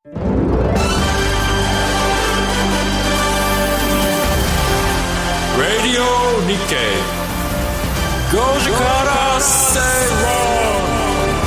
Radio Nikkei 5時から正論。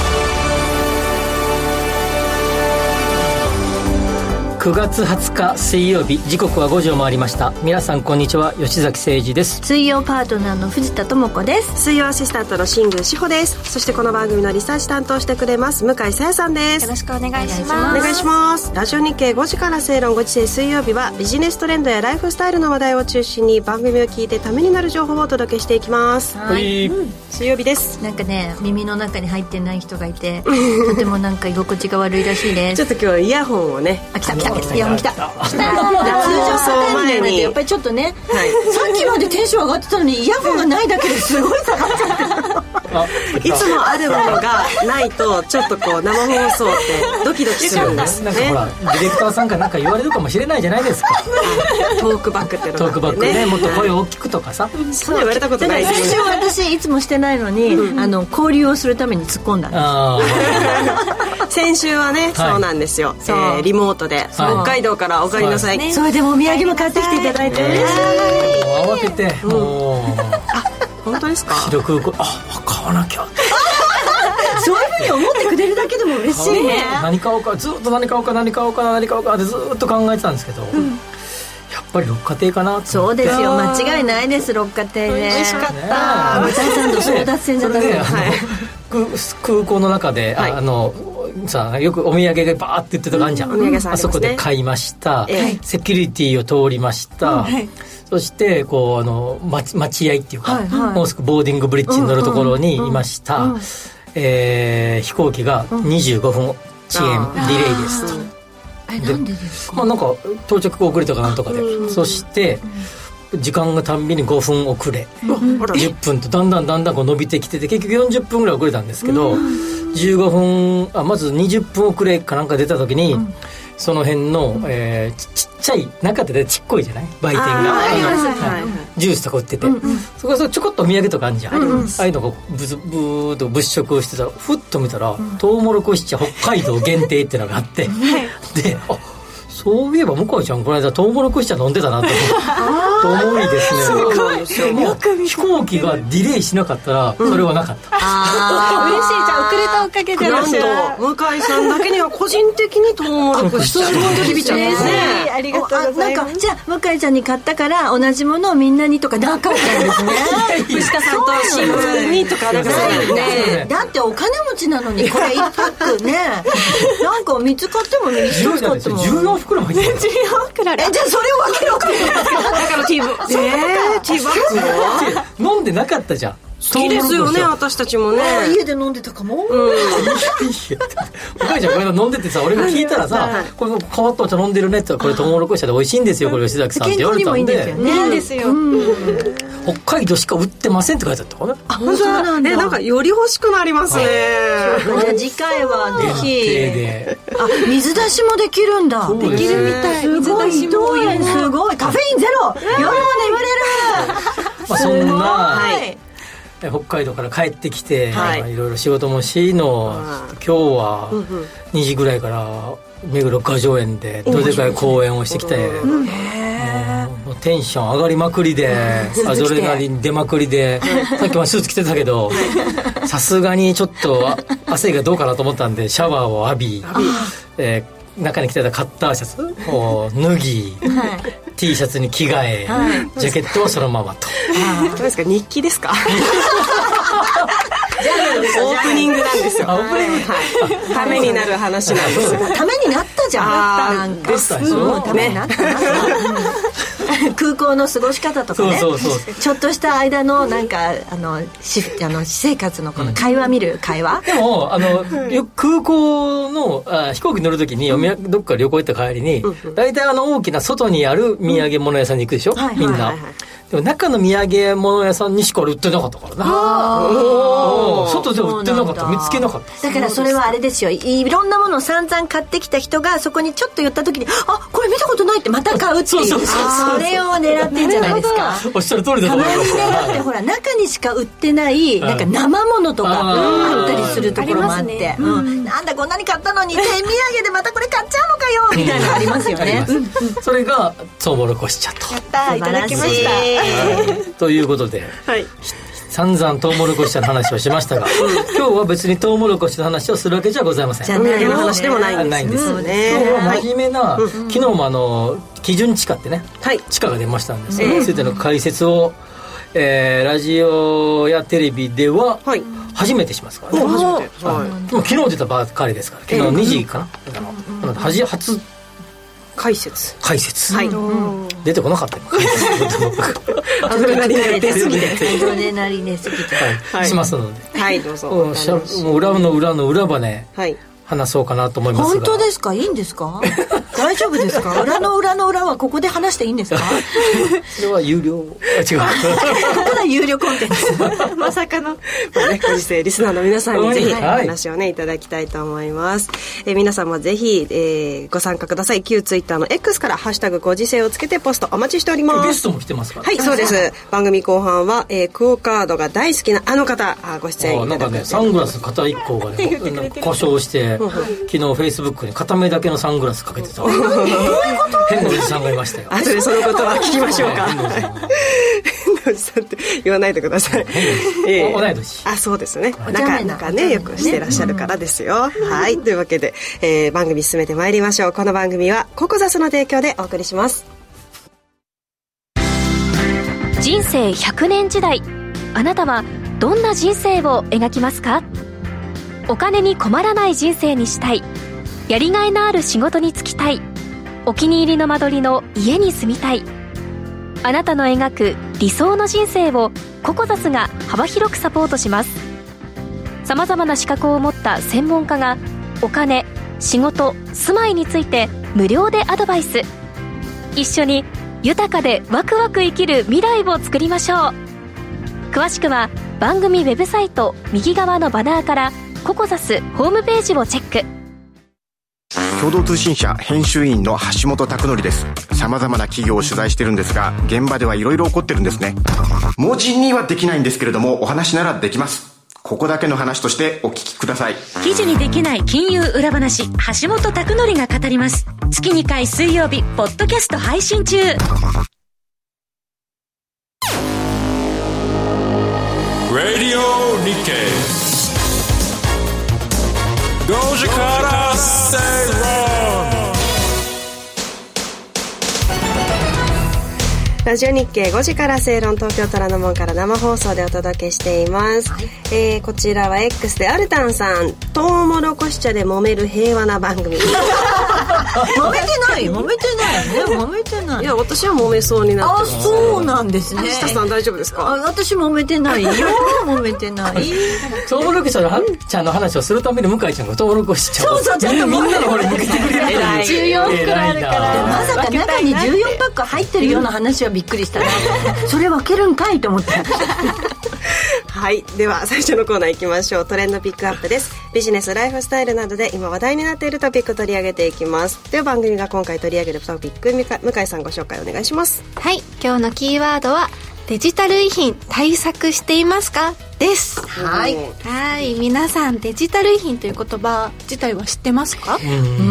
9月20日水曜日、時刻は5時を回りました。皆さんこんにちは、吉崎誠二です。 水曜パートナーの藤田智子です。 水曜アシスタントの新宮志保です。そしてこの番組のリサーチ担当してくれます向井沙耶さんです。 よろしくお願いします。 お願いします。ラジオ日経5時から正論。ご時世水曜日はビジネストレンドやライフスタイルの話題を中心に番組を聞いてためになる情報をお届けしていきます。 はい、 水曜日です。 なんかね、耳の中に入ってない人がいてとてもなんか居心地が悪いらしいです。 ちょっと今日はイヤホンをね、 来たイヤホン来た。通常前にやっぱりちょっとね、はい、さっきまでテンション上がってたのにイヤホンがないだけですごい下がっちゃっていつもあるものがないとちょっとこう生放送ってドキドキするんですね。 なんかほらディレクターさんがなんか言われるかもしれないじゃないですか。 トークバックってのがあってね、 トークバックね、もっと声を大きくとかさ、 そう言われたことないです。 最初私いつもしてないのに、交流をするために突っ込んだんです。 先週はね、はい、そうなんですよ、リモートで、北海道からお帰りなさい、 それでもお土産も買ってきていただいて嬉しい。 慌ててもう、 あ、本当ですか。 白空港、買わなきゃそういうふうに思ってくれるだけでも嬉しいね。 何買おうか、ずっと何買おうかってずっと考えてたんですけど、やっぱり六花亭かな。 そうですよ、間違いないです。六花亭で美味しかった。 舞台さんと争奪戦じゃなくて、 空港の中で、さ、よくお土産がバーって言ってた感じじゃん、あそこで買いました、セキュリティを通りました、そしてこう待合っていうか、もうすぐボーディングブリッジに乗るところにいました、飛行機が25分遅延ディレイですと。 なんでですか。 なんか到着遅れとかなんとかで、そして時間がたんびに5分遅れ、10分とだんだんこう伸びてきてて、結局40分ぐらい遅れたんですけど、15分まず20分遅れかなんか出た時に、その辺の、ちっちゃい中でちっこいじゃない売店が、ジュースとか売ってて、そこはちょこっとお土産とかあるじゃん、ああいうのがブーっと物色してたら、ふっと見たら、トウモロコシ茶北海道限定っていうのがあって、で、そういえば向井ちゃんこの間トウモロコシ茶飲んでたなと思いですね。 そうなんですよ。 飛行機がディレイしなかったらそれはなかった。 嬉しい。じゃあ遅れたおかげでなんと向井さんだけには個人的にトウモロコシ茶響いちゃうんですね。 ありがとうございます。なんかじゃあ向井ちゃんに買ったから同じものをみんなにとかなかったんですね。 藤田さんと新聞にとかなんかそうね。だってお金持ちなのにこれ1パックね、なんか3つ買っても1つ買っても 14袋入ってる。 14袋。じゃあそれを分けろってだからティーバッグ飲んでなかったじゃん。 好きですよね、私たちもね。 家で飲んでたかも。 お母ちゃんこれ飲んでてさ、俺が聞いたらさ、これ変わったお茶飲んでるねって、これトウモロコシ茶で美味しいんですよこれ吉崎さんって言われたんで、 健康にもいいんですよね。 北海道しか売ってませんって書いてあったかな。 本当なんだ。なんかより欲しくなりますね。 じゃあ次回はぜひ水出しもできるんだ。 できるみたい。 すごい伊藤園、すごいカフェインゼロ、夜まで眠れる。 そんな北海道から帰ってきて、いろいろ仕事もしの、今日は2時ぐらいから目黒雅叙園でどでかい公演をしてきて、テンション上がりまくりで、アドレナリン出まくりで、さっきもスーツ着てたけどさすがにちょっと汗がどうかなと思ったんでシャワーを浴び、中に着てたカッターシャツを脱ぎ、T シャツに着替え、ジャケットはそのままと。 どうですか、日記ですか。オープニングなんですよ。ためになる話なんですよ。 ためになったじゃん。なんかためになった空港の過ごし方とかね、ちょっとした間のなんか私生活のこの会話見る会話。 でも空港の飛行機乗るときにどっか旅行行った帰りに、大体大きな外にある土産物屋さんに行くでしょ、みんな。でも中の土産物屋さんにしか売ってなかったからな。外では売ってなかった、見つけなかった。 だからそれはあれですよ、いろんなものを散々買ってきた人がそこにちょっと寄った時に、あ、これ見たことないってまた買うっていう。 それを狙ってんじゃないですか。 おっしゃる通りだと思います。 たまにね、ほら中にしか売ってないなんか生物とかあったりするところもあって、なんだこんなに買ったのに手土産でまたこれ買っちゃうのかよみたいなのありますよね。 それがトウモロコシ茶と。 やったー、いただきました。 ということで、散々トウモロコシ茶の話をしましたが、今日は別にトウモロコシの話をするわけじゃございません。 じゃあね、の話でもないんですよね。 今日は真面目な、昨日も基準地価ってね、地価が出ましたんです。それについての解説を、ラジオやテレビでは初めてしますからね。 初めて。 昨日出たばっかりですから、昨日2時かな。初解説、 出てこなかったよ。 アドレナリン出すぎてしますので、 どうぞ。 裏の裏の裏羽話そうかなと思いますが。 本当ですか？いいんですか？大丈夫ですか？裏の裏の裏はここで話していいんですか？ それは有料。違う。 ここが有料コンテンツ。 まさかの、ご時世リスナーの皆さんにぜひ話をねいただきたいと思います。皆さんもぜひ、ご参加ください。旧ツイッターの X からハッシュタグご時世をつけてポストお待ちしております。 ゲストも来てますから。 はい、そうです。番組後半は、クオカードが大好きなあの方ご出演いただく。 なんかね、サングラス片一個がね故障して昨日フェイスブックに片目だけのサングラスかけてた変なおじさんがいましたよ。 後でそのことは聞きましょうか。変なおじさんって言わないでください。 同い年。 そうですね。なんかねよくしてらっしゃるからですよ。はい、というわけで、番組進めてまいりましょう。この番組はココザスの提供でお送りします。 人生100年時代、あなたはどんな人生を描きますか？お金に困らない人生にしたい、やりがいのある仕事に就きたい、お気に入りの間取りの家に住みたい。あなたの描く理想の人生をココザスが幅広くサポートします。さまざまな資格を持った専門家がお金、仕事、住まいについて無料でアドバイス。一緒に豊かでワクワク生きる未来を作りましょう。詳しくは番組ウェブサイト右側のバナーからココザスホームページをチェック。 共同通信社編集員の橋本拓典です。様々な企業を取材してるんですが、現場ではいろいろ起こってるんですね。文字にはできないんですけれども、お話ならできます。ここだけの話としてお聞きください。 記事にできない金融裏話、橋本拓典が語ります。月2回水曜日ポッドキャスト配信中。 Radio Nikkei 5時から正論。 ラジオ日経5時から正論、東京虎ノ門から生放送でお届けしています。こちらは X でアルタンさん、トウモロコシ茶で揉める平和な番組。 揉めてないね。揉めてない。 いや、私は揉めそうになってます。 そうなんですね。 橋田さん大丈夫ですか？ 私揉めてないよ。揉めてない。 トウモロコシ茶の話をするために向井ちゃんがトウモロコシ茶をみんなの方に向けてくれるという 14袋あるから。まさか中に14パック入ってるような話はびっくりしたな。それ分けるんかいと思って。 はい、では最初のコーナー行きましょう。トレンドピックアップです。ビジネス、ライフスタイルなどで今話題になっているトピックを取り上げていきます。では番組が今回取り上げるトピック、向井さんご紹介お願いします。 はい、今日のキーワードはデジタル遺品対策していますかです。 はい、 皆さんデジタル遺品という言葉自体は知ってますか？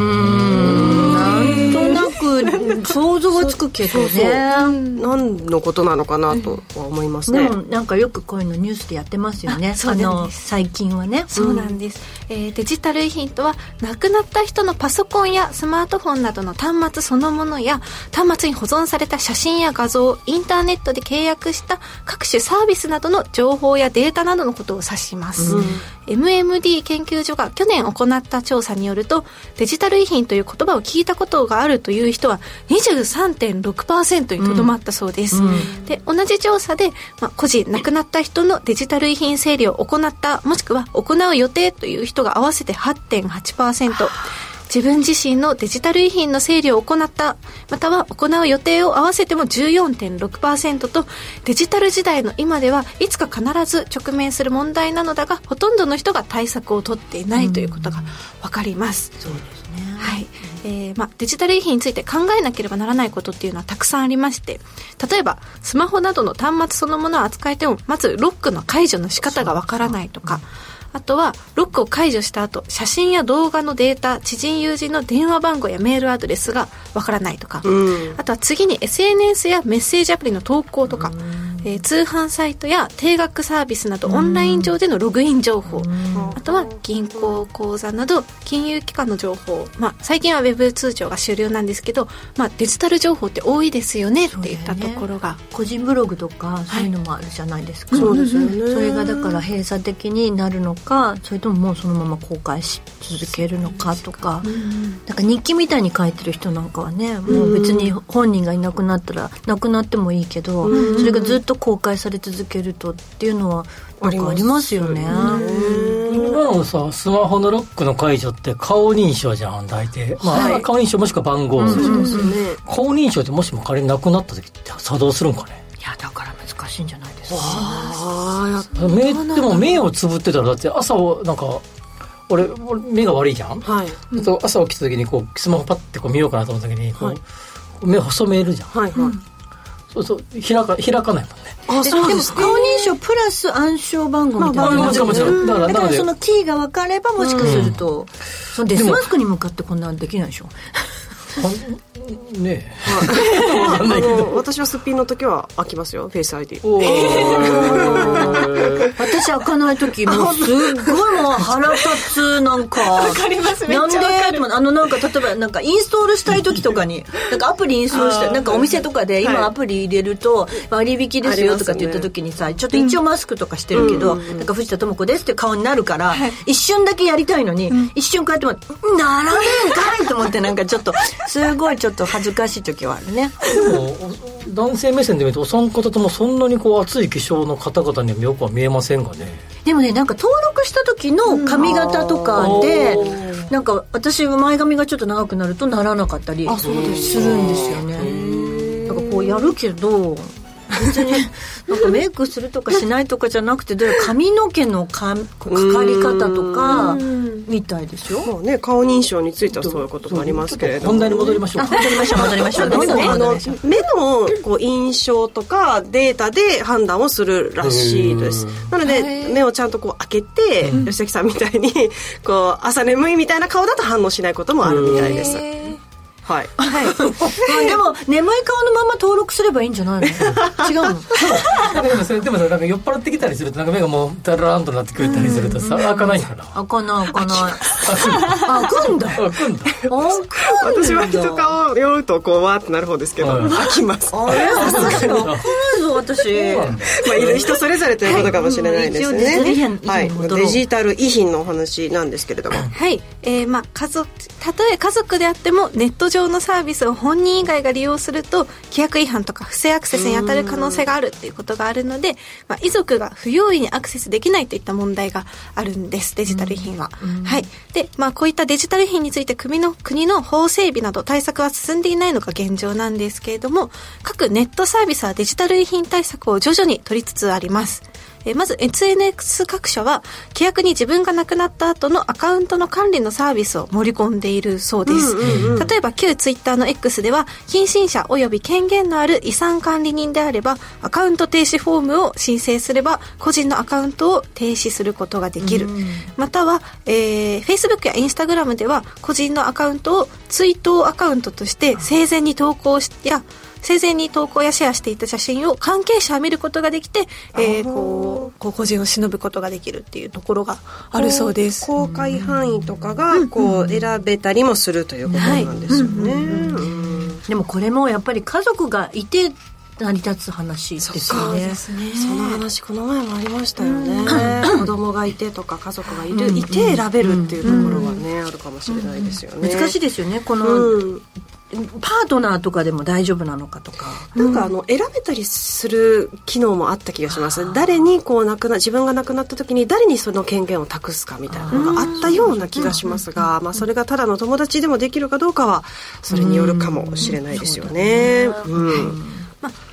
なんとなく想像はつくけどね。 何のことなのかなとは思いますね。 でもなんかよくこういうのニュースでやってますよね。最近はね。 そうなんです。デジタル遺品とは亡くなった人のパソコンやスマートフォンなどの端末そのものや端末に保存された写真や画像、インターネットで契約した各種サービスなどの情報やデータなどのことを指します。MMD 研究所が去年行った調査によると、デジタル遺品という言葉を聞いたことがあるという人は 23.6% にとどまったそうです。で、同じ調査で、個人亡くなった人のデジタル遺品整理を行った、もしくは行う予定という人が合わせて 8.8%、自分自身のデジタル遺品の整理を行った、または行う予定を合わせても 14.6% と、デジタル時代の今ではいつか必ず直面する問題なのだが、ほとんどの人が対策を取っていないということが分かります。 そうですね。 ははいデジタル遺品について考えなければならないことっていうのはたくさんありまして、例えばスマホなどの端末そのものを扱えてもまずロックの解除の仕方がわからないとか、あとはロックを解除した後写真や動画のデータ、知人友人の電話番号やメールアドレスがわからないとか、あとは次に SNS やメッセージアプリの投稿とか、通販サイトや定額サービスなどオンライン上でのログイン情報、あとは銀行口座など金融機関の情報、最近はウェブ通帳が主流なんですけど、デジタル情報って多いですよねっていったところが、 個人ブログとかそういうのもあるじゃないですか、 そうですよね。 それがだから閉鎖的になるのか、それとももうそのまま公開し続けるのかとか、なんか日記みたいに書いてる人なんかはね、もう別に本人がいなくなったらなくなってもいいけど、それがずっと公開され続けるとっていうのはなんかありますよね。 今のさスマホのロックの解除って顔認証じゃん大抵、顔認証もしくは番号、顔認証ってもしも仮になくなった時って作動するんかね。 いやだから難しいんじゃないですか。 でも目をつぶってたらだって朝なんか俺目が悪いじゃん、朝起きた時にこうスマホパッてこう見ようかなと思った時にこう、目細めるじゃん、そう開かないもんね。 でも顔認証プラス暗証番号みたいな、 もちろんだからそのキーが分かればもしかすると、そのデスマスクに向かってこんなのできないでしょねえ私はすっぴんの時は開きますよ、フェイス ID。 私開かない時もうすっごいもう腹立つ、なんかわかります、めっちゃわかる。 なんか例えばなんかインストールしたい時とかになんかアプリインストールしたい、なんかお店とかで今アプリ入れると割引ですよとかって言った時にさ、ちょっと一応マスクとかしてるけど、なんか藤田智子ですって顔になるから、一瞬だけやりたいのに、一瞬こうやってもならねえんかいと思って、なんかちょっとすごいちょっと恥ずかしい時はあるね。 男性目線で見るとお三方ともそんなにこう熱い気性の方々にはよくは見えませんがね。 でもね、なんか登録した時の髪型とかで、なんか私前髪がちょっと長くなるとならなかったりするんですよね。なんかこうやるけど別になんかメイクするとかしないとかじゃなくて、髪の毛のかかり方とかみたいですよ。 もうね、顔認証についてはそういうこともありますけれども、 本題に戻りましょう。 戻りましょう。 目のこう印象とかデータで判断をするらしいです。なので目をちゃんとこう開けて、吉崎さんみたいにこう朝眠いみたいな顔だと反応しないこともあるみたいです。はい、 でも眠い顔のまま登録すればいいんじゃないの？違うの？ でもさ、なんか酔っ払ってきたりするとなんか目がもうダラーンとなってくれたりするとさ、開かないから。 開かない開くんだ。 私は人顔を酔うとこうわーってなる方ですけど、開きます。 あれは開かないぞ私。 人それぞれということかもしれないですね。デジタル遺品のお話なんですけれども、 はい、たとえ家族であってもネット上のサービスを本人以外が利用すると規約違反とか不正アクセスに当たる可能性があるっていうことがあるので、遺族が不用意にアクセスできないといった問題があるんです、デジタル遺品は。はい。で、こういったデジタル遺品について国の法整備など対策は進んでいないのが現状なんですけれども、各ネットサービスはデジタル遺品対策を徐々に取りつつあります。まず SNS 各社は規約に自分が亡くなった後のアカウントの管理のサービスを盛り込んでいるそうです。例えば旧ツイッターの X では近親者及び権限のある遺産管理人であればアカウント停止フォームを申請すれば個人のアカウントを停止することができる。または、Facebook や Instagram では個人のアカウントを追悼アカウントとして生前に投稿やシェアしていた写真を関係者は見ることができて、個人を忍ぶことができるっていうところがあるそうです。 公開範囲とかがこう選べたりもするということなんですよね。 でもこれもやっぱり家族がいて成り立つ話ですよね。 その話この前もありましたよね。子供がいてとか家族がいて選べるっていうところはね、あるかもしれないですよね。 難しいですよね。この、パートナーとかでも大丈夫なのかとか、 なんか選べたりする機能もあった気がします。誰にこう自分が亡くなった時に誰にその権限を託すかみたいなのがあったような気がしますが、それがただの友達でもできるかどうかはそれによるかもしれないですよね。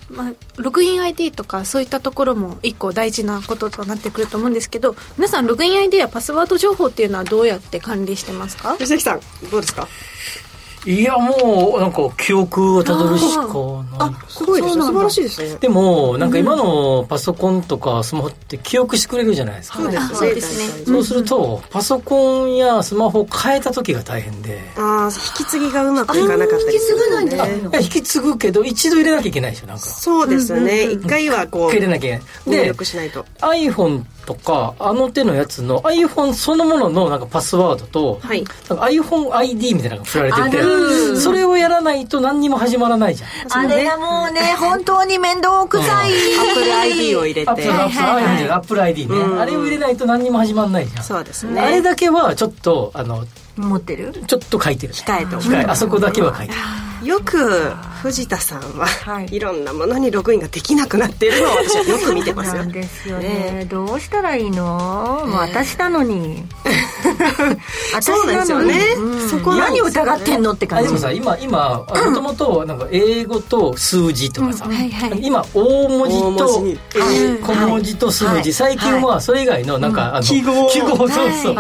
ログイン ID とかそういったところも一個大事なこととなってくると思うんですけど、皆さんログイン ID やパスワード情報っていうのはどうやって管理してますか？ 吉崎さんどうですか？ いやもうなんか記憶をたどるしかない。 すごいですね、素晴らしいですね。 でもなんか今のパソコンとかスマホって記憶してくれるじゃないですか。 そうですね。 そうするとパソコンやスマホを変えた時が大変で、 引き継ぎがうまくいかなかったりするんで、 引き継ぐけど一度入れなきゃいけないでしょ。なんかそうですね、一回はこう入れなきゃいけない。 入力しないと。 iPhone とか手のやつの iPhone そのもののなんかパスワードと、 はい、 なんか iPhone ID みたいなのが振られてて、それをやらないと何にも始まらないじゃん。 あれがもうね本当に面倒くさい。 Apple ID を入れて、 Apple ID ね、あれを入れないと何にも始まらないじゃん。 そうですね。 あれだけはちょっと持ってる、 ちょっと書いてる、 控えてあそこだけは書いてる。 よく藤田さんは、いろんなものにログインができなくなっているのを私はよく見てますよ。 そうなんですよね。どうしたらいいの？もう私なのに。 そうなんですよね。そこ何を疑ってんのって感じ。 でもさ今もともとなんか英語と数字とかさ、今大文字と小文字と数字、最近はそれ以外のなんか記号そうそう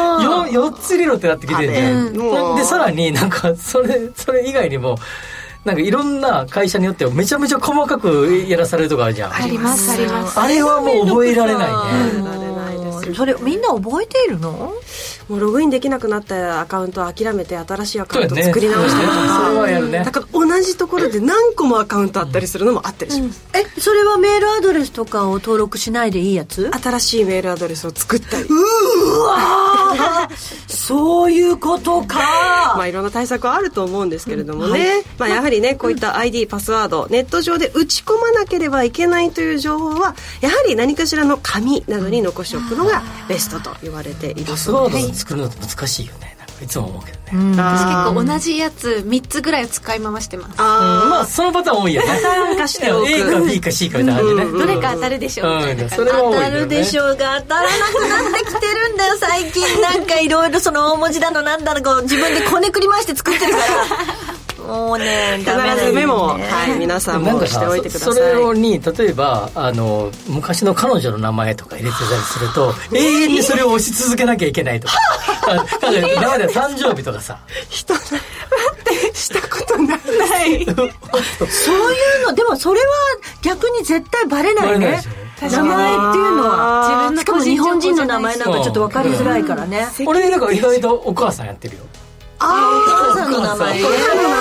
4つ入れろってなってきてるじゃん。でさらになんかそれ以外にもなんかいろんな会社によってはめちゃめちゃ細かくやらされるとこあるじゃん。 ありますあります。 あれはもう覚えられないね。 それみんな覚えているの？ もうログインできなくなったアカウントを諦めて新しいアカウントを作り直したりとか、 それはやるね。 だから同じところで何個もアカウントあったりするのもあったりします。 それはメールアドレスとかを登録しないでいいやつ？ 新しいメールアドレスを作ったり。 うわそういうことか。 いろんな対策はあると思うんですけれどもね、やはりねこういった ID パスワードネット上で打ち込まなければいけないという情報はやはり何かしらの紙などに残しておくのがベストと言われている。 パスワードを作るのって難しいよね。なんかいつも思うけどね。 私結構同じやつ3つぐらい使い回してます。 そのパターン多いよね。 化しておく A か B か C かみたいな感じね。 どれか当たるでしょうみたいな。 それは多いよね。 当たるでしょうが当たらなくなってきてるんだよ最近。なんかいろいろその大文字だのなんだろう自分でこねくり回して作ってるからもうね必ずメモを、皆さんもしておいてください。 それに例えば昔の彼女の名前とか入れてたりすると永遠にそれを押し続けなきゃいけないとか今までは誕生日とかさ人待ってしたことないそういうのでもそれは逆に絶対バレないね。名前っていうのは自分のしかも日本人の名前なんかちょっと分かりづらいからね。 俺なんか意外とお母さんやってるよ。 お母さんの名前。いいんだ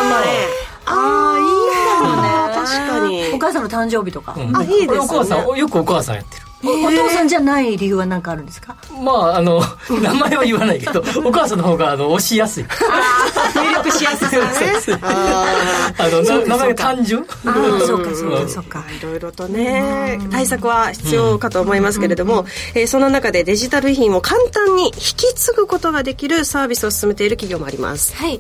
ろうね。 確かに。 お母さんの誕生日とか。 いいですね。 お母さんよくお母さんやってる。 お父さんじゃない理由は何かあるんですか？ 名前は言わないけどお母さんの方が押しやすい。 入力しやすいですね。 名前が単純。 そうか。 いろいろとね対策は必要かと思いますけれども、その中でデジタル遺品を簡単に引き継ぐことができるサービスを進めている企業もあります。 はい、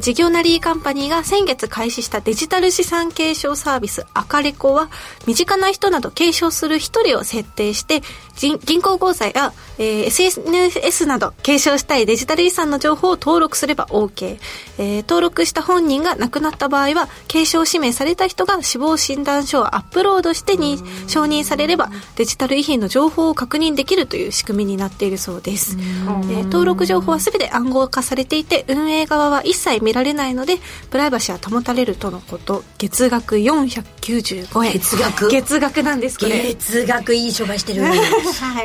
事業なりカンパニーが先月開始したデジタル資産継承サービスアカレコは身近な人など継承する一人を設定して銀行口座や、SNS など継承したいデジタル遺産の情報を登録すれば OK、登録した本人が亡くなった場合は継承指名された人が死亡診断書をアップロードして承認されればデジタル遺品の情報を確認できるという仕組みになっているそうです。登録情報は全て暗号化されていて運営側は一切見られないのでプライバシーは保たれるとのこと。月額495円。月額なんです。これ月額いい商売してる。はい、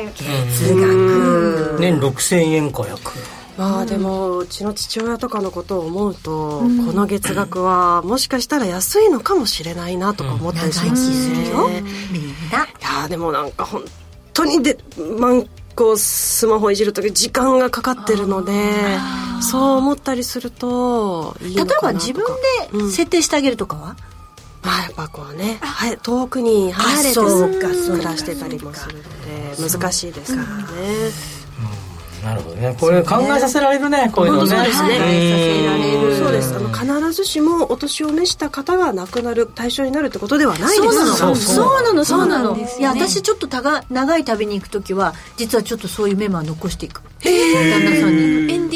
月額年6000円か約。 でもうちの父親とかのことを思うと、この月額はもしかしたら安いのかもしれないなとか思ったりしますね。 みんな。 いやでもなんか本当にスマホいじるとき時間がかかってるのでそう思ったりするといいのかなとか。 例えば自分で設定してあげるとかは、 やっぱこうね、遠くに離れて暮らしてたりもするので難しいですからね。 なるほどね。これ考えさせられるね、こういうのね。 そうですね。そうです。必ずしもお年を召した方が亡くなる対象になるってことではないです。 そうなの。いや私ちょっと長い旅に行くときは実はちょっとそういうメモは残していく。旦那さんにエンディングノー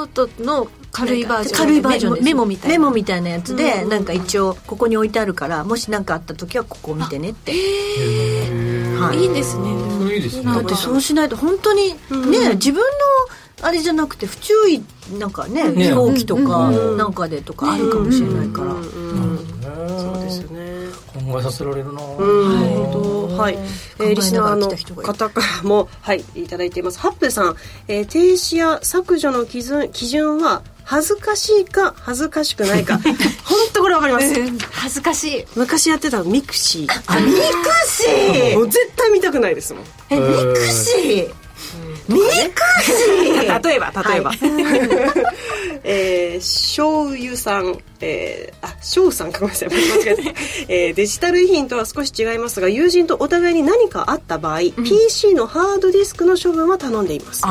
ートの軽いバージョン、 軽いバージョンです。 メモみたいなやつで、なんか一応ここに置いてあるから、もし何かあった時はここを見てねって。 いいですね。 いいですね。 だってそうしないと本当にね、自分のあれじゃなくて不注意なんかね、飛行機とかなんかでとかあるかもしれないから。 そうですね。 考えさせられるな。 はい。リスナーの方からもはいいただいています。ハップさん、停止や削除の基準は恥ずかしいか恥ずかしくないか。本当これわかります。 恥ずかしい。 昔やってたミクシー。 ミクシー。 もう絶対見たくないですもん。 ミクシー。ミクシー。 例えば、醤油さん、翔さんかごめんなさい、間違えて、デジタル遺品とは少し違いますが、友人とお互いに何かあった場合、PC のハードディスクの処分は頼んでいます。 その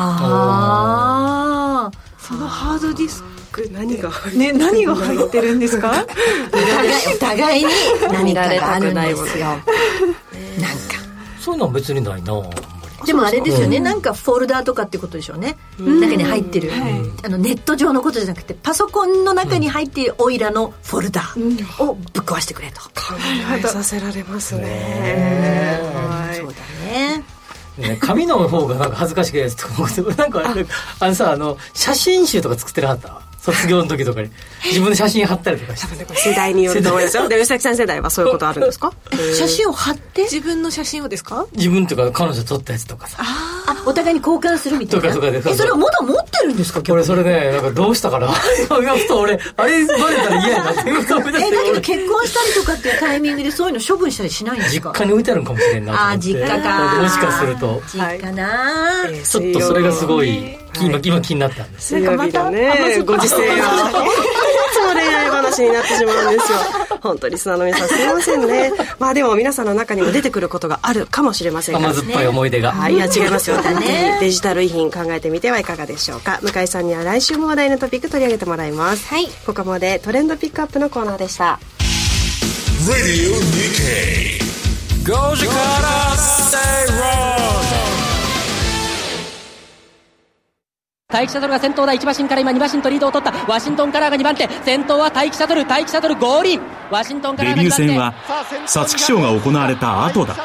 ハードディスク何が入ってるんですか？ お互いに何かがあるんですよ。なんかそういうのは別にないな。 でもあれですよね、なんかフォルダーとかってことでしょうね。中に入ってる、ネット上のことじゃなくてパソコンの中に入っているオイラのフォルダーをぶっ壊してくれと。 考えさせられますね。 そうだね。 紙の方がなんか恥ずかしくないやつとか思ってなんか写真集とか作ってなかった？卒業の時とかに自分で写真貼ったりとかして。 世代によると思いますよ。で、吉崎さん世代はそういうことあるんですか？ 写真を貼って自分の写真をですか？ 自分とか彼女撮ったやつとかさ。 お互いに交換するみたいな。 とかで。 それをまだ持ってるんですか？ 俺それね、なんかどうしたかな。俺あれバレたら嫌やなっていうか。だけど結婚したりとかっていうタイミングでそういうの処分したりしないんですか？ 実家に置いてあるかもしれんな。 実家か。 もしかすると。 実家な。 ちょっとそれがすごい今気になったんです。 なんかまたね、ご時世がいつも恋愛話になってしまうんですよ。本当にリスナーの皆さんすいませんね。まあでも皆さんの中にも出てくることがあるかもしれませんが、 甘酸っぱい思い出が。 いや違いますよ。デジタル遺品考えてみてはいかがでしょうか。向井さんには来週も話題のトピック取り上げてもらいます。はい。ここまでトレンドピックアップのコーナーでした。 Radio Nikkei 5時から Stay Wrong。 待機シャトルが先頭だ。1馬身から今2馬身とリードを取った。ワシントンカラーが2番手。先頭は待機シャトル合輪。ワシントンカラーが2番手。 デビュー戦は皐月賞が行われた後だった。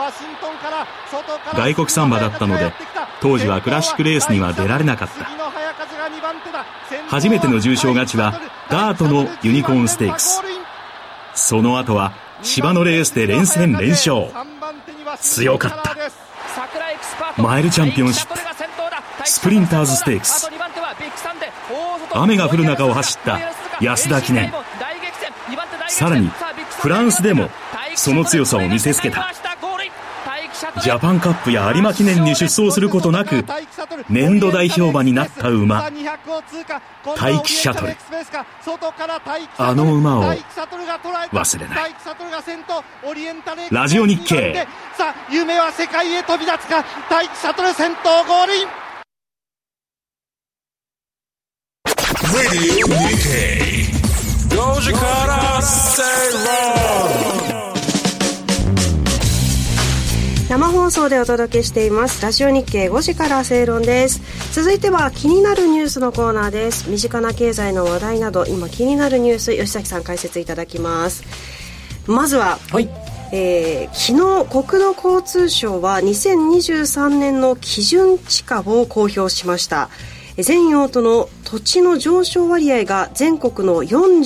外国サンバだったので当時はクラシックレースには出られなかった。初めての重賞勝ちはダートのユニコーンステークス。その後は芝のレースで連戦連勝。強かった。マイルチャンピオンシップ、スプリンターズステークス、雨が降る中を走った安田記念。さらにフランスでもその強さを見せつけた。ジャパンカップや有馬記念に出走することなく年度代表馬になった馬、待機シャトル。あの馬を忘れない。ラジオ日経。 さあ夢は世界へ飛び立つか。待機シャトル先頭合輪。 Radio Nikkei 5時から Stay Wrong。 生放送でお届けしていますラジオ日経5時から正論です。続いては気になるニュースのコーナーです。身近な経済の話題など今気になるニュース、吉崎さん解説いただきます。まずは、昨日国土交通省は2023年の基準地価を公表しました。全用途の土地の上昇割合が全国の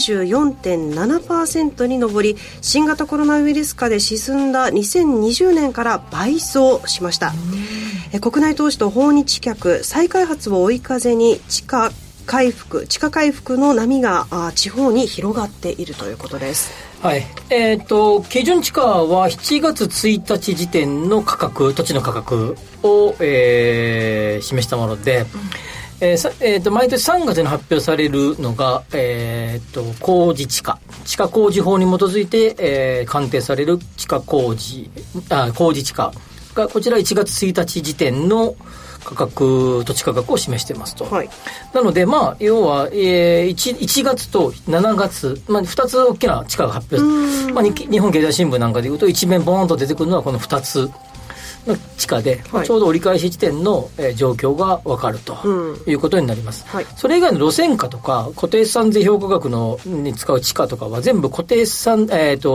44.7% に上り、新型コロナウイルス禍で沈んだ2020年から倍増しました。国内投資と訪日客再開発を追い風に地価回復の波が地方に広がっているということです。 はい。基準地価は7月1日時点の価格、土地の価格を、示したもので、毎年3月に発表されるのが、工事地価工事法に基づいて、鑑定される工事地価がこちら1月1日時点の土地価格を示していますと、はい、なので要は、1月と7月、2つ大きな地価が発表、日本経済新聞なんかでいうと一面ボーンと出てくるのはこの2つの地価で、ちょうど折り返し地点の、状況が分かるということになります、それ以外の路線価とか固定資産税評価額に使う地価とかは全部固定資産、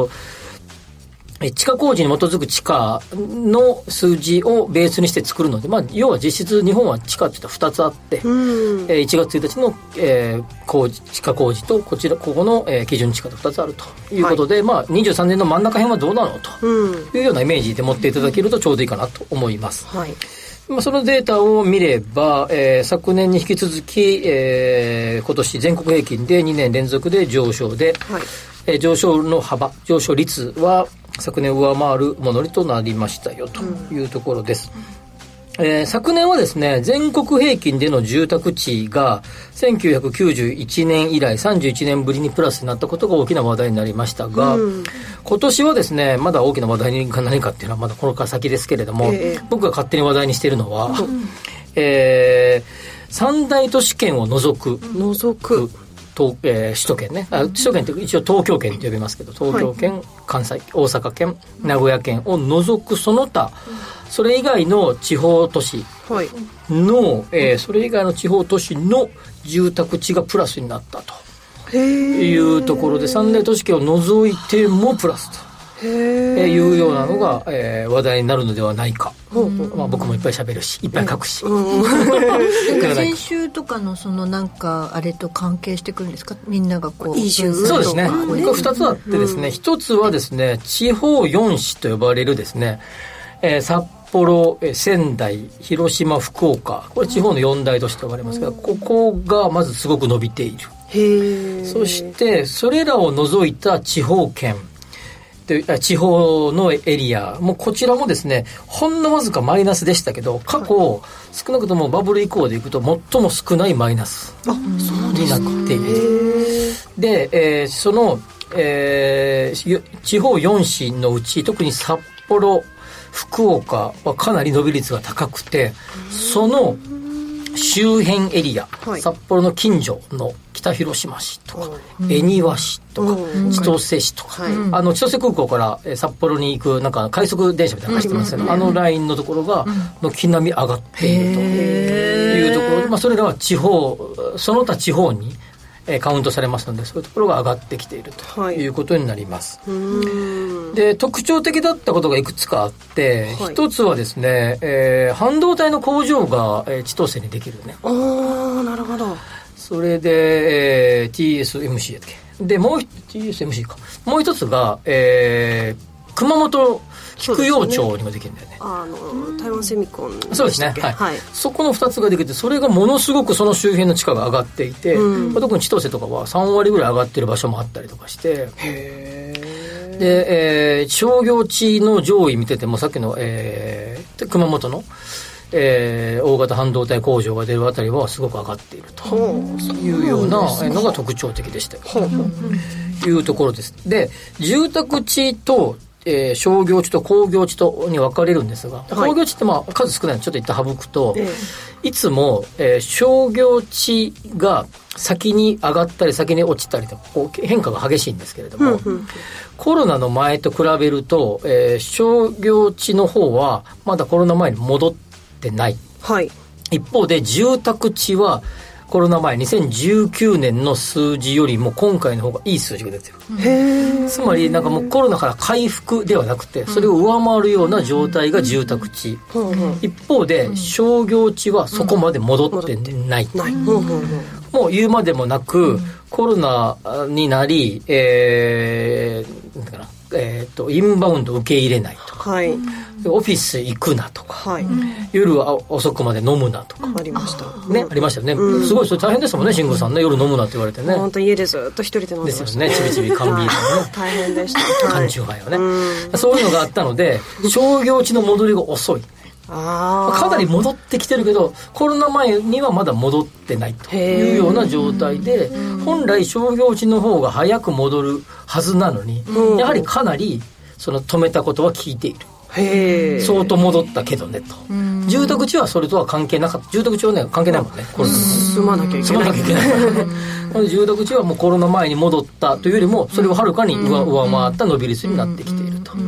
地価工事に基づく地価の数字をベースにして作るので、要は実質日本は地価っていったら2つあって、1月1日の、地価工事とここの、基準地価と2つあるということで、23年の真ん中辺はどうなのというようなイメージで持っていただけるとちょうどいいかなと思います、そのデータを見れば、昨年に引き続き、今年全国平均で2年連続で上昇で、上昇の幅、上昇率は昨年上回るものとなりましたよというところです、昨年はですね、全国平均での住宅地が1991年以来31年ぶりにプラスになったことが大きな話題になりましたが、今年はですね、まだ大きな話題が何かっていうのはまだこのから先ですけれども、僕が勝手に話題にしているのは、三大都市圏を除く首都圏ね、首都圏って一応東京圏と呼びますけど、東京圏、関西、大阪圏、名古屋県を除くその他、それ以外の地方都市の、それ以外の地方都市の住宅地がプラスになったというところで、三大都市圏を除いてもプラスというようなのが、話題になるのではないか。僕もいっぱい喋るし、いっぱい書くし。 先週とかのそのなんかあれと関係してくるんですか？みんながこう移住そうですね。これ2つあってですね、1つはですね、地方4市と呼ばれるですね、札幌、仙台、広島、福岡、これ地方の4大都市と呼ばれますが、ここがまずすごく伸びている。そしてそれらを除いた地方圏、地方のエリアもこちらもですね、ほんのわずかマイナスでしたけど、過去少なくともバブル以降でいくと最も少ないマイナスになっている。で、その、地方4市のうち特に札幌、福岡はかなり伸び率が高くて、その周辺エリア、札幌の近所の北広島市とか、恵庭市とか、千歳市とか、千歳空港から札幌に行くなんか快速電車みたいなの走ってますけど、あのラインのところが軒並み上がっているというところで、それらは地方、その他地方にカウントされますので、そういうところが上がってきているということになります、で、特徴的だったことがいくつかあって、一つはですね、半導体の工場が、千歳にできるね。 なるほど。 それで、TSMC やっけで、TSMC か。もう一つが、熊本菊陽町にもできるんだよね。 台湾セミコンそうですね、そこの2つができて、それがものすごくその周辺の地価が上がっていて、特に千歳とかは3割ぐらい上がってる場所もあったりとかして、で、商業地の上位見ててもさっきの、熊本の、大型半導体工場が出るあたりはすごく上がっているというようなのが特徴的でしたよというところです。で、住宅地と商業地と工業地とに分かれるんですが、工業地って数少ないのでちょっと一旦省くと、いつも、商業地が先に上がったり先に落ちたりとこう変化が激しいんですけれども、コロナの前と比べると、商業地の方はまだコロナ前に戻ってない、一方で住宅地はコロナ前2019年の数字よりも今回の方がいい数字が出てる。つまりなんかもうコロナから回復ではなくて、それを上回るような状態が住宅地、一方で商業地はそこまで戻ってない、もう言うまでもなく、コロナになり、なんだかな、インバウンド受け入れないとか、オフィス行くなとか、夜は遅くまで飲むなとかありましたね、ありましたよね、すごいそれ大変ですもんね、慎吾さんね、夜飲むなって言われてね。 本当家でずっと一人で飲んでましたですよね、ちびちび缶ビールね大変でした。 缶チューハイをね、そういうのがあったので商業地の戻りが遅い。かなり戻ってきてるけどコロナ前にはまだ戻ってないというような状態で、本来商業地の方が早く戻るはずなのに、やはりかなりその止めたことは効いている。相当戻ったけどねと。住宅地はそれとは関係なかった。住宅地はね関係ないもんね。 住まなきゃいけないからね。住宅地はもうコロナ前に戻ったというよりもそれをはるかに上回った伸び率になってきていると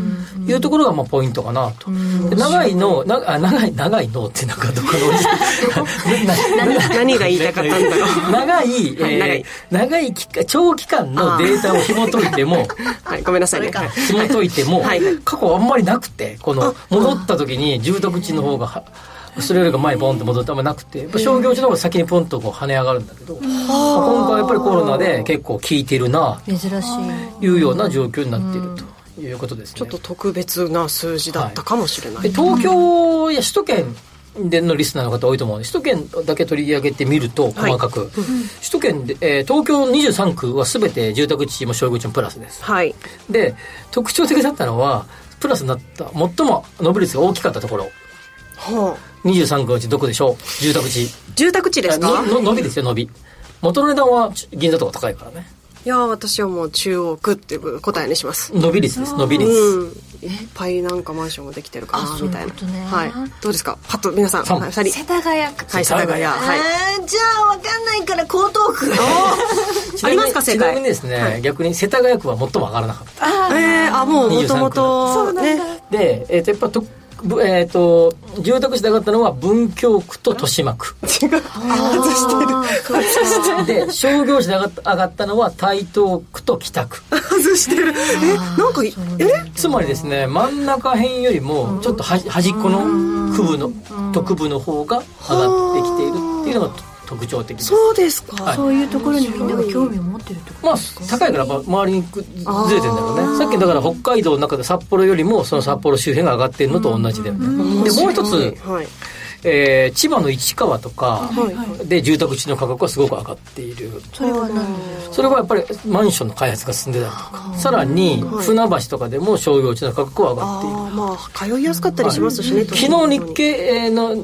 いうところがまあポイントかなと。で長いのってなんかどこの何が言いたかったんだろう。 長い長期間のデータを紐解いてもはい、ごめんなさいね。 紐解いても、過去あんまりなくて、この戻った時に住宅地の方がそれよりが前ポンって戻ってあんまなくて、やっぱ商業地の方が先にポンとこう跳ね上がるんだけど、今回はやっぱりコロナで結構効いてるな珍しいいうような状況になっているということですね。 ちょっと特別な数字だったかもしれない。 東京や首都圏でのリスナーの方多いと思うので、首都圏だけ取り上げてみると細かく、首都圏で、東京23区は全て住宅地も商業地もプラスです、で特徴的だったのはプラスになった最も伸び率が大きかったところ、23区のうちどこでしょう。住宅地ですか。伸びですよ。伸び元の値段は銀座とか高いからね。 いや私はもう中央区っていう答えにします。 伸び率です。伸び率、 いっぱいなんかマンションができてるかなみたいな。はい、どうですかパッと皆さん。 世田谷区。 はい、世田谷。 じゃあ分かんないから江東区ありますか正解。 ちなみにですね、逆に世田谷区は最も上がらなかった。 もう元々ね。でやっぱ住宅地で上がったのは文京区と豊島区。 外してる。 で商業地で上がったのは台東区と北区。 外してる。なんかつまりですね、真ん中辺よりもちょっと端っこの区部の特部の方が上がってきているっていうのが特徴的です。 そうですか、 そういうところにみんなが興味を持ってるってことですか。 高いから周りにずれてるんだろうね。さっきだから北海道の中で札幌よりもその札幌周辺が上がっているのと同じだよね。でもう一つ、千葉の市川とかで住宅地の価格はすごく上がっている。 それは何でそれはやっぱりマンションの開発が進んでたりとか、さらに船橋とかでも商業地の価格は上がっている。 通いやすかったりしますしね。 昨日日経の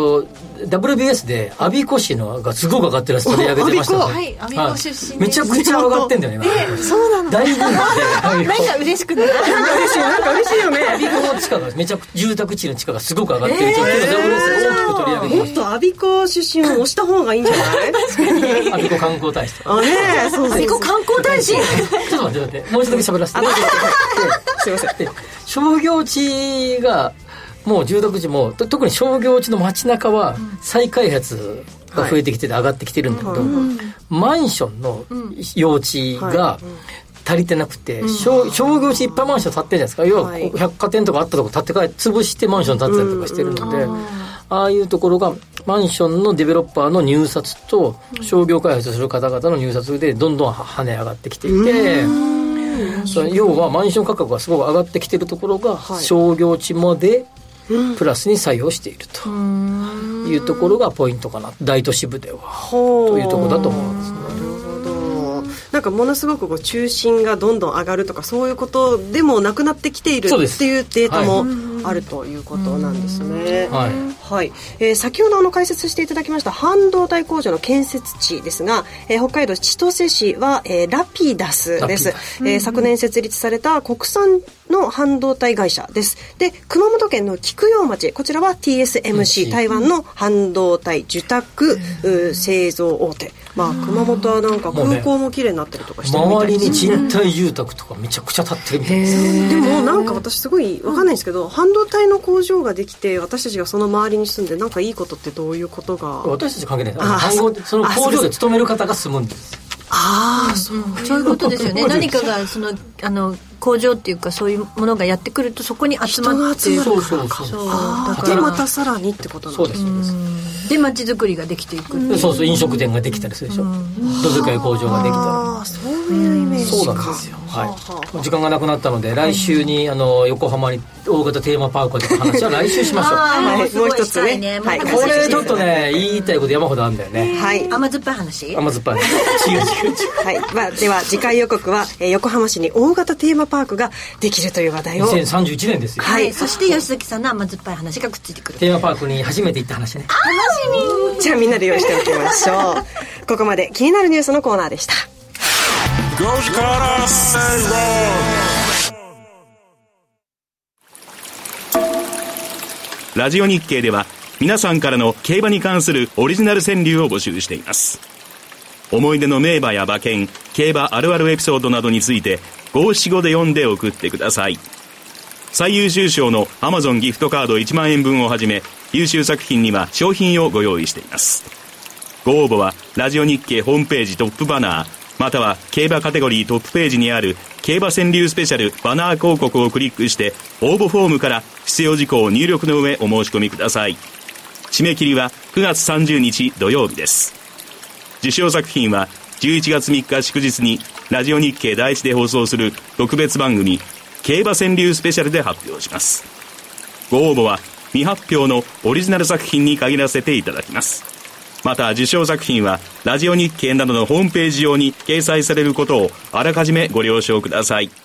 WBS で我孫子市のがすごく上がってるやつ取り上げてましたね。 我孫子出身めちゃくちゃ上がってんだよね。 そうなの。 大人気でなんか嬉しくなる。 なんか嬉しいよね。 我孫子の地価がめちゃく住宅地の地価がすごく上がってるというのを WBS で大きく取り上げてました。 もっと我孫子出身を押した方がいいんじゃない？ 確かに。我孫子観光大使。 我孫子観光大使。 ちょっと待って。もう一度だけ喋らせて。 すいません。 商業地がもう住宅地も特に商業地の街中は再開発が増えてきてて上がってきてるんだけど、マンションの用地が足りてなくて、商業地いっぱいマンション建ってるじゃないですか。要は百貨店とかあったとこ建て替え潰してマンション建てたりとかしてるので、ああいうところがマンションのデベロッパーの入札と商業開発する方々の入札でどんどん跳ね上がってきていて、要はマンション価格がすごく上がってきているところが商業地までプラスに採用しているというところがポイントかな、大都市部ではというところだと思うんですね。 なんかものすごく中心がどんどん上がるとかそういうことでもなくなってきているっていうデータもあるということなんですね。先ほど解説していただきました半導体工場の建設地ですが、北海道千歳市は、ラピダスです。昨年設立された国産の半導体会社です。で、熊本県の菊陽町、こちらは TSMC 台湾の半導体受託製造大手。熊本はなんか空港も綺麗になったりとかしてるみたいですね。 周りに賃貸住宅とかめちゃくちゃ建ってるみたいです。 でもなんか私すごい分かんないんですけど、半導体の工場ができて私たちがその周りに住んでなんかいいことってどういうことが。 私たち関係ないです。その工場で勤める方が住むんです。 そういうことですよね。何かがその工場っていうかそういうものがやってくるとそこに集まって、 でまたさらにってことなんですね。 で街づくりができていく。 飲食店ができたりするでしょ。どでかい工場ができたら。 そういうイメージか。 そうなんですよ。時間がなくなったので来週に横浜に大型テーマパークとか話は来週しましょう。 もう一つね。 これちょっとね言いたいこと山ほどあるんだよね。 甘酸っぱい話。 甘酸っぱい。違う。では次回予告は横浜市に大型テーマパークができるという話題を。 2031年ですよ。 そして吉崎さんの甘酸っぱい話がくっついてくる。 テーマパークに初めて行った話ね。 じゃあみんなで用意しておきましょう。ここまで気になるニュースのコーナーでした。 ラジオ日経では皆さんからの競馬に関するオリジナル川柳を募集しています。思い出の名馬や馬券、競馬あるあるエピソードなどについて5、7、5で読んで送ってください。 最優秀賞の Amazon ギフトカード1万円分をはじめ、優秀作品には商品をご用意しています。ご応募はラジオ日経ホームページトップバナー、または競馬カテゴリートップページにある競馬川柳スペシャルバナー広告をクリックして応募フォームから必要事項を入力の上お申し込みください。締め切りは9月30日土曜日です。受賞作品は11月3日祝日にラジオ日経第一で放送する特別番組競馬川柳スペシャルで発表します。ご応募は未発表のオリジナル作品に限らせていただきます。また受賞作品はラジオ日経などのホームページ上に掲載されることをあらかじめご了承ください。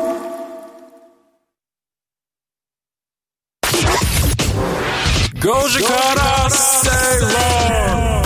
5時から正論。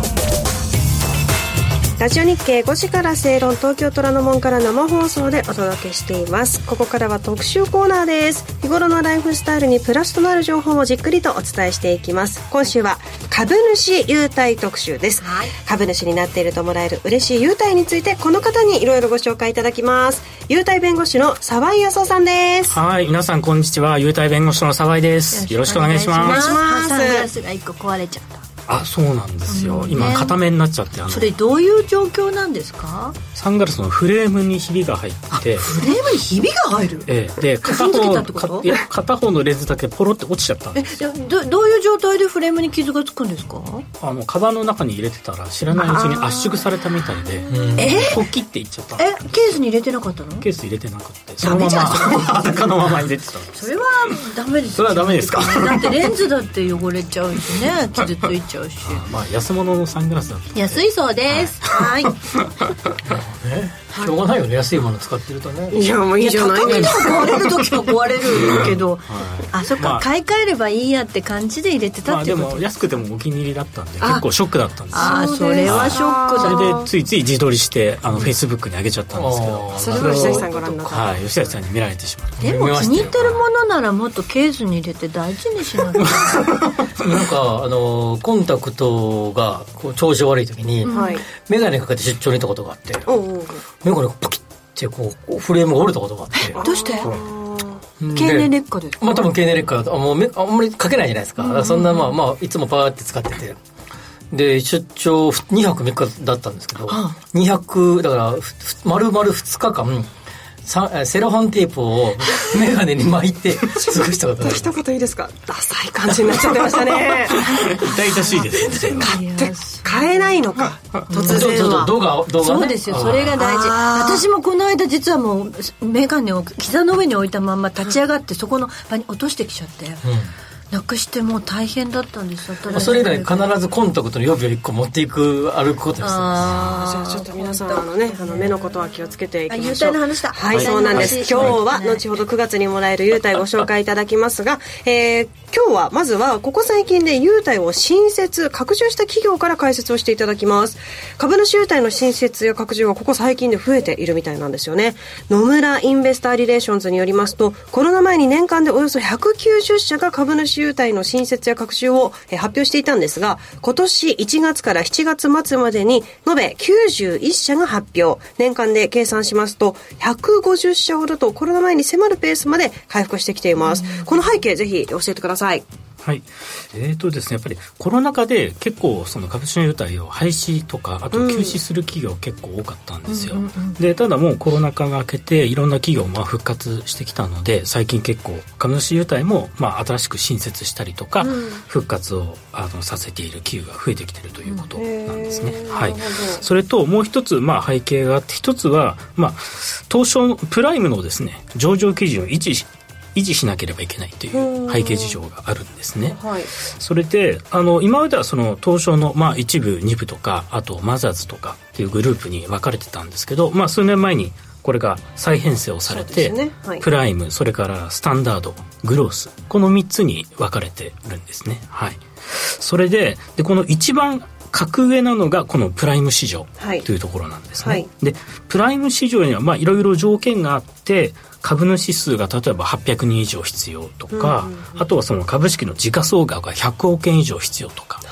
ラジオ日経5時から正論、東京虎ノ門から生放送でお届けしています。ここからは特集コーナーです。日頃のライフスタイルにプラスとなる情報をじっくりとお伝えしていきます。今週は株主優待特集です、はい、株主になっているともらえる嬉しい優待についてこの方にいろいろご紹介いただきます。優待弁護士の沢井康夫さんです。 はい、皆さんこんにちは。優待弁護士の沢井です。よろしくお願いします。 サングラスが1個壊れちゃった。 あ、そうなんですよ、今片目になっちゃって。 それどういう状況なんですか？ サングラスのフレームにひびが入って。 フレームにひびが入る？ で片方のレンズだけポロって落ちちゃったんですよ。 どういう状態でフレームに傷がつくんですか？ カバンの中に入れてたら知らないうちに圧縮されたみたいでポキっていっちゃった。 ケースに入れてなかったの？ ケース入れてなくてそのまま裸のまま入れてたんです。 それはダメです。 それはダメですか？ だってレンズだって汚れちゃうしね、傷ついちゃうし安物のサングラスだった安いそうです。はい、 しょうがないよね、安いもの使ってるとね。 いやもういいじゃないですか。 高くても壊れる時は壊れるけど、そっか、買い替えればいいやって感じで入れてたっていうこと。 でも安くてもお気に入りだったんで結構ショックだったんですよ。 それはショックだ。 それでついつい自撮りしてフェイスブックに上げちゃったんですけど、 それは吉崎さんご覧になった。 はい、吉崎さんに見られてしまって。 でも気に入ってるものならもっとケースに入れて大事にしなきゃなんかコンタクトがこう調子悪い時に、メガネかけて出張に行ったことがあって、メガネがポキッてこうフレームが折れたことがあって。 どうして？経年劣化ですか？ 多分経年劣化だとあんまりかけないじゃないですか。だからそんないつもパーって使ってて、で出張2泊3日だったんですけど、2泊だから丸々2日間セロハンテープをメガネに巻いて過ごしたことがある。 一言いいですか？ダサい感じになっちゃってましたね。 痛々しいですね。 買えないのか突然は。 動画そうですよ、それが大事。私もこの間実はもうメガネを膝の上に置いたまま立ち上がってそこの場に落としてきちゃって、なくしてもう大変だったんです。 それ以来必ずコンタクトの予備を1個持っていく歩くことにしてます。じゃあちょっと皆さん目のことは気をつけていきましょう。 優待の話だ。 はい、そうなんです。今日は後ほど9月にもらえる優待ご紹介いただきますが、今日はまずはここ最近で優待を新設拡充した企業から解説をしていただきます。株主優待の新設や拡充はここ最近で増えているみたいなんですよね。野村インベスターリレーションズによりますと、コロナ前に年間でおよそ190社が株主優待の新設や拡充を発表していたんですが、今年1月から7月末までに延べ91社が発表。年間で計算しますと150社ほどとコロナ前に迫るペースまで回復してきています。この背景ぜひ教えてください。 はい、ですね、やっぱりコロナ禍で結構その株主優待を廃止とかあと休止する企業結構多かったんですよ。でただもうコロナ禍が明けていろんな企業も復活してきたので、最近結構株主優待も新しく新設したりとか、復活をさせている企業が増えてきているということなんですね。はい、それともう一つ背景があって、一つは東証プライムのですね上場基準を維持しなければいけないという背景事情があるんですね。それで今まではその東証の一部二部とかあとマザーズとかっていうグループに分かれてたんですけど、数年前にこれが再編成をされて、プライム、それからスタンダード、グロース、この3つに分かれてるんですね。はい、それでこの一番格上なのがこのプライム市場というところなんですね。でプライム市場にはいろいろ条件があって、株主数が例えば800人以上必要とか、あとはその株式の時価総額が100億円以上必要とか、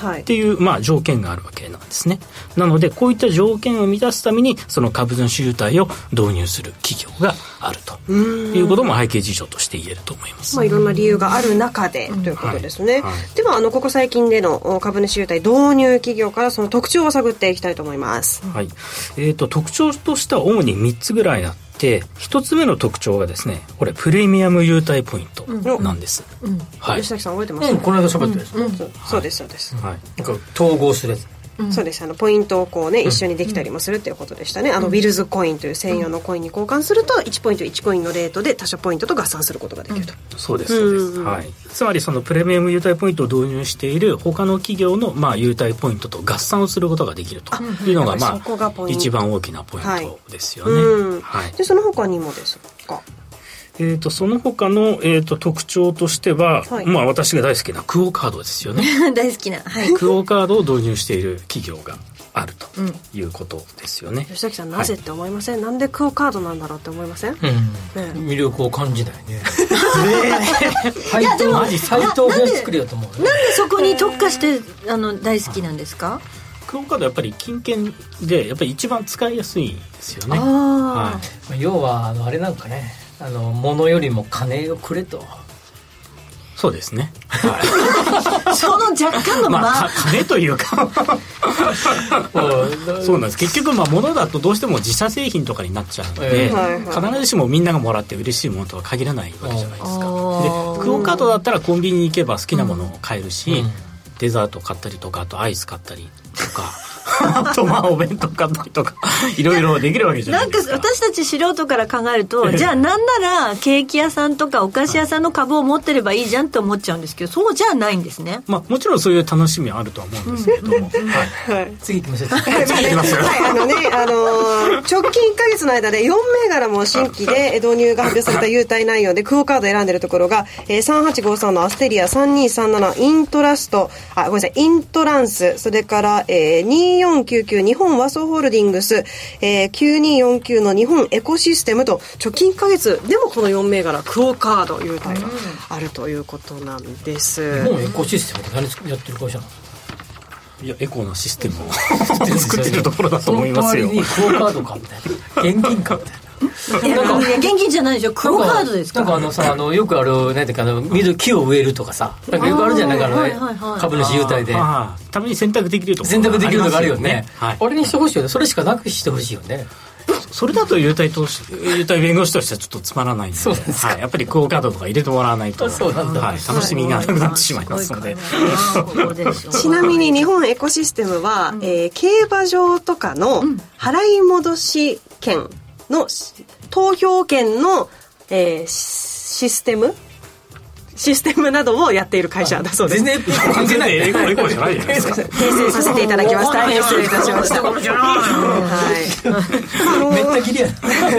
っていう、条件があるわけなんですね。なのでこういった条件を満たすためにその株主優待を導入する企業があるということも背景事情として言えると思います。 いろんな理由がある中でということですね。ではここ最近での株主優待導入企業からその特徴を探っていきたいと思います。 特徴としては主に3つぐらいあって、1つ目の特徴がですね、これプレミアム優待ポイントなんです。 吉崎さん覚えてます？ この間喋ったやつ。 そうですそうです。 統合するやつ。 そうです。ポイントをこうね、一緒にできたりもするっていうことでしたね。ウィルズコインという専用のコインに交換すると1ポイント1コインのレートで他社ポイントと合算することができると。 そうですそうです。つまりそのプレミアム優待ポイントを導入している他の企業の優待ポイントと合算をすることができるというのが一番大きなポイントですよね。 でその他にもですか。 その他の、特徴としては、私が大好きなクオカードですよね。 大好きな、 クオカードを導入している企業があるということですよね。 吉崎さんなぜって思いません？なんでクオカードなんだろうって思いません？ 魅力を感じないね。サイトを作りだと思う。 なんでそこに特化して大好きなんですか？ クオカードはやっぱり金券でやっぱり一番使いやすいんですよね。 要はあれなんかね、物よりも金をくれと。 そうですね。 その若干の金というかそうなんです。結局物だとどうしても自社製品とかになっちゃうので、必ずしもみんながもらって嬉しいものとは限らないわけじゃないですか。でクオカードだったらコンビニに行けば好きなものを買えるし、デザート買ったりとか、あとアイス買ったりとかあとお弁当買ったりとかいろいろできるわけじゃないですか。 なんか私たち素人から考えるとじゃあなんならケーキ屋さんとかお菓子屋さんの株を持ってればいいじゃんって思っちゃうんですけど、そうじゃないんですね。 もちろんそういう楽しみはあるとは思うんですけども、 次行きましょう。 次行きますよ。 直近1ヶ月の間で4銘柄も新規で導入が発表された優待内容でクオカード選んでるところが、3853のアステリア、3237イントラスト、ごめんなさい、イントランス、それから、2499日本和装ホールディングス、9249の日本エコシステムと、直近1ヶ月でもこの4銘柄クオカード優待があるということなんです。 日本エコシステムって何やってる会社なの？ いやエコのシステムを作ってるところだと思いますよ。 クオカードかみたいな、現金かみたいな。 現金じゃないでしょ、クオカードですか。 なんかよくあるなんていうか木を植えるとかさ、なんかよくあるじゃないか株主優待でたまに選択できるところ選択できるのがあるよね。あれにしてほしいよね。それしかなくしてほしいよね。 それだと優待弁護士としてはちょっとつまらないので、やっぱりクオカードとか入れてもらわないと楽しみがなくなってしまいますので。 ちなみに日本エコシステムは、競馬場とかの払い戻し券の投票券の、システムなどをやっている会社だそうです。 全然関係ないエコじゃないじゃないですか。 訂正させていただきました。失礼いたしました。 めったきりや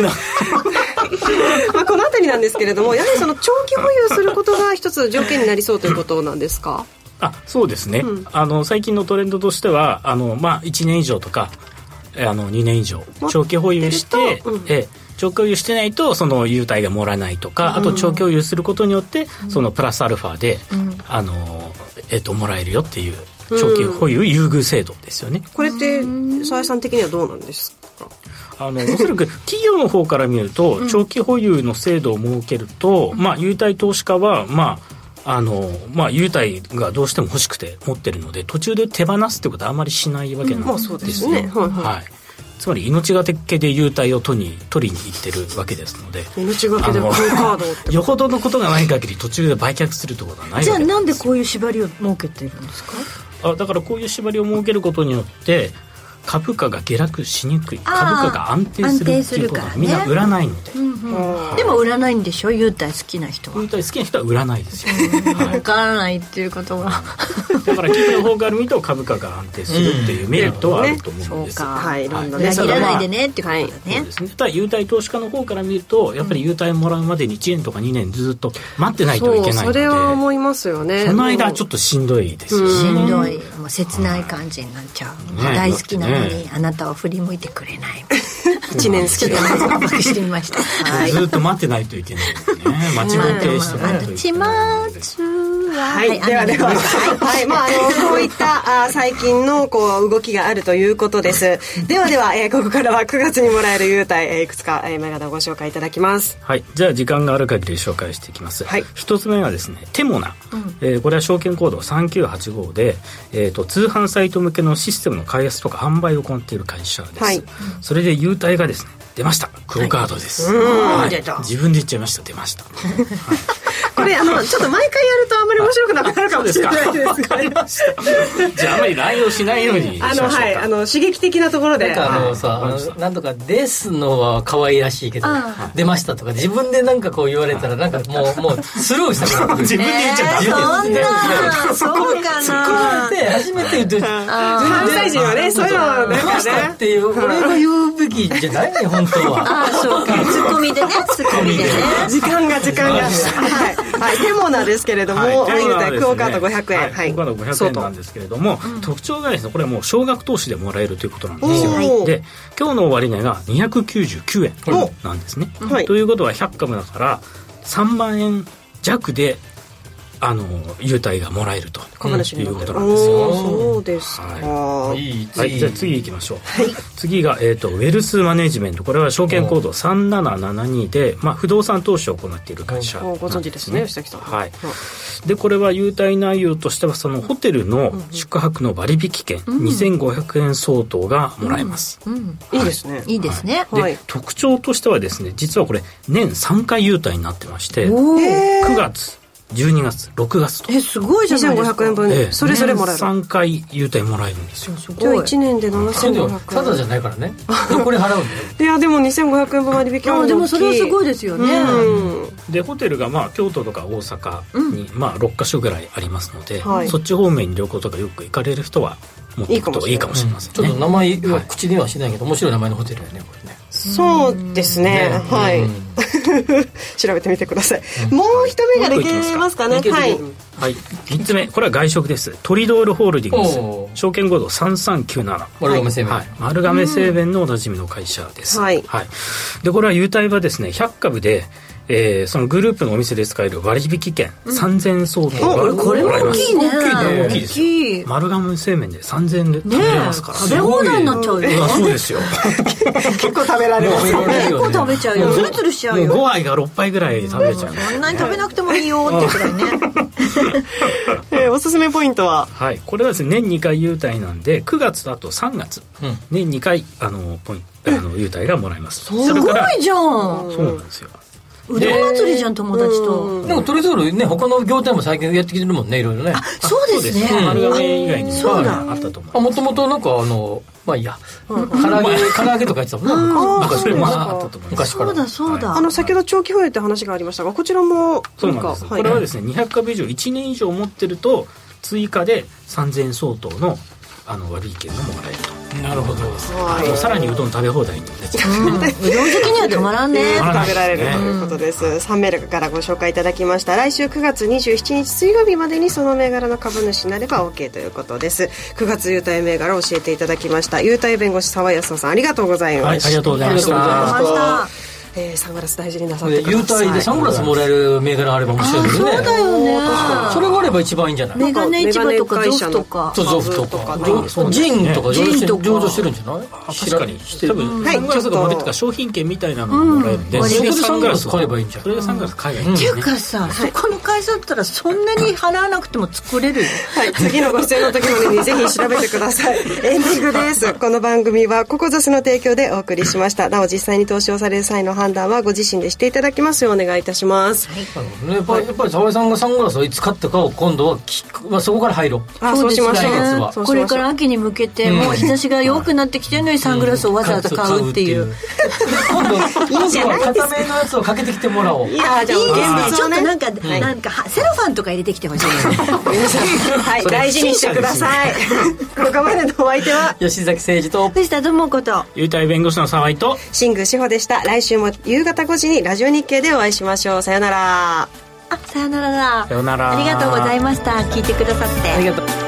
このあたりなんですけれども、やはりその長期保有することが一つ条件になりそうということなんですか？ そうですね、最近のトレンドとしては1年以上とか2年以上長期保有して、長期保有してないとその優待がもらえないとか、あと長期保有することによってそのプラスアルファで、もらえるよっていう長期保有優遇制度ですよね。 これって澤井さん的にはどうなんですか？ おそらく企業の方から見ると長期保有の制度を設けると、優待投資家は優待がどうしても欲しくて持ってるので途中で手放すってことはあまりしないわけなんですよ。 そうですね。 つまり命がけで優待を取りに行ってるわけですので、 命がけでクオカードってよほどのことがない限り途中で売却するってことはないわけです。 じゃあなんでこういう縛りを設けているんですか？ だからこういう縛りを設けることによって株価が下落しにくい、株価が安定するっていうことはみんな売らないので、 でも売らないんでしょ、優待好きな人は。 優待好きな人は売らないですよ。 分からないっていうことがだから企業の方から見ると株価が安定するっていうメリットはあると思うんです。 裏切らないでねってことだね。 そうですね。ただ優待投資家の方から見るとやっぱり優待もらうまでに1年とか2年ずっと待ってないといけないので、 それは思いますよね。 その間はちょっとしんどいですよね。 しんどい、もう切ない感じになっちゃう。大好きなのにあなたは振り向いてくれない 1年好きで満足してみました。 ずっと待ってないといけないですね。待ちぼうけしてないといけない。 はい、ではでは、はい、まあこういった最近のこう動きがあるということです。ではでは、ここからは9月にもらえる優待、いくつか銘柄をご紹介いただきます。 はい、じゃあ時間がある限り紹介していきます。はい、一つ目はですね、テモナ、これは証券コード3985で、通販サイト向けのシステムの開発とか販売を行っている会社です。はい、それで優待がですね出ました。クオカードです。はい、自分で言っちゃいました。出ました。 これちょっと毎回やるとあんまり面白くなくなるかもしれないです。わかりました。 じゃああまり乱用しないようにしましょうか。 はい、刺激的なところで。 なんかなんとかですのは可愛らしいけど、出ましたとか自分でなんかこう言われたらなんかもうスルーしたくなる。 自分で言っちゃった。 そうかな。 で初めて言って、 関西人はね、そういうのはね。 出ましたっていう俺が言うべきじゃないね本当は。 そうか。ツッコミでね。 時間が。はい、テモナですけれども、クオカード500円。 はい、クオカード500円なんですけれども、特徴がですね、これはもう少額投資でもらえるということなんですよ。で、今日の終値が299円なんですね。ということは100株だから3万円弱で優待がもらえるということなんですよ。 そうですか。 はい、じゃあ次行きましょう。次が、ウェルスマネジメント。これは証券コード3772で、不動産投資を行っている会社なんですね。 ご存知ですね、吉崎さん。 はい。でこれは優待内容としてはそのホテルの宿泊の割引券2500円相当がもらえます。 いいですね。 いいですね。 で特徴としてはですね、実はこれ年3回優待になってまして、9月12月6月とすごいじゃないですか。2500円分、それぞれもらえる。 3回優待もらえるんですよ。 じゃあ1年で7500円。 ただじゃないからね。これ払うんだよ。 いやでも2500円分割引はでもそれはすごいですよね。 でホテルが京都とか大阪に6カ所ぐらいありますので、そっち方面に旅行とかよく行かれる人は持っていくといいかもしれませんね。 ちょっと名前は口にはしないけど面白い名前のホテルやねこれね。 そうですね。はい。調べてみてください。もう一目ができますかね。はい。 3つ目、これは外食です。トリドールホールディングス、証券コード3397。 丸亀製麺。 丸亀製麺のおなじみの会社です。でこれは優待はですね、100株でそのグループのお店で使える割引券3000円相当がこれも大きいね。 大きいですよ。丸亀製麺で3000円で食べれますから。 食べ放題になっちゃうよ。 そうですよ。 結構食べられますよ。 結構食べちゃうよ。ツルツルしちゃうよ。 5杯が6杯ぐらい食べちゃう。 そんなに食べなくてもいいよってくらいね。おすすめポイントは、 これはですね、年2回優待なんで9月だと3月、年2回優待がもらえます。 すごいじゃん。 そうなんですよ。 うどん祭りじゃん、友達と。 でもトリドールね、他の業態も最近やってきてるもんね、いろいろね。 そうですね。 丸亀以外にもあったと思う。 もともとなんかいいや、唐揚げとかやってたもんね。昔からあったと思う。昔から。 そうだ。 先ほど長期保有って話がありましたが、こちらもそうなんです。これはですね、200株以上1年以上持ってると追加で3000円相当の割引券がもらえると。 なるほど。 さらにうどん食べ放題になっちゃう。 うどん好きにはたまらんね。 食べられるということです。3銘柄からご紹介いただきました。来週9月27日水曜日までにその銘柄の株主になれば OK ということです。9月優待銘柄を教えていただきました。優待弁護士澤安さん、ありがとうございました。 ありがとうございました。 サングラス大事になさってください。 優待でサングラスもらえる銘柄あれば面白いですね。 そうだよね。 それがあれば一番いいんじゃない。 メガネ市場とかゾフとかゾフとかジンとか上場してるんじゃない。 確かに多分サングラスがもらえるとか商品券みたいなのがもらえるんで、 それでサングラス買えばいいんじゃない。 それでサングラス買えばいいんじゃない。っていうかさ、そこの会社だったらそんなに払わなくても作れるよ。 次のご出演の時までにぜひ調べてください。エンディングです。この番組はココザスの提供でお送りしました。なお実際に投資をされる際の判断はご自身でしていただきますようお願いいたします。 やっぱり澤井さんがサングラスをいつ買ったかを今度はそこから入ろう。 そうしましょう。 これから秋に向けてもう日差しが良くなってきてるのにサングラスをわざわざ買うっていう。 今度いいじゃないですか。固めのやつをかけてきてもらおう。 いや、じゃあちょっとなんかセロファンとか入れてきてほしい。 皆さん、大事にしてください。ここまでのお相手は吉崎誠二と藤田智子と優待弁護士の澤井と新宮志保でした。来週も夕方5時にラジオ日経でお会いしましょう。さよなら。 さよならだ。 さよなら。 ありがとうございました。聞いてくださってありがとう。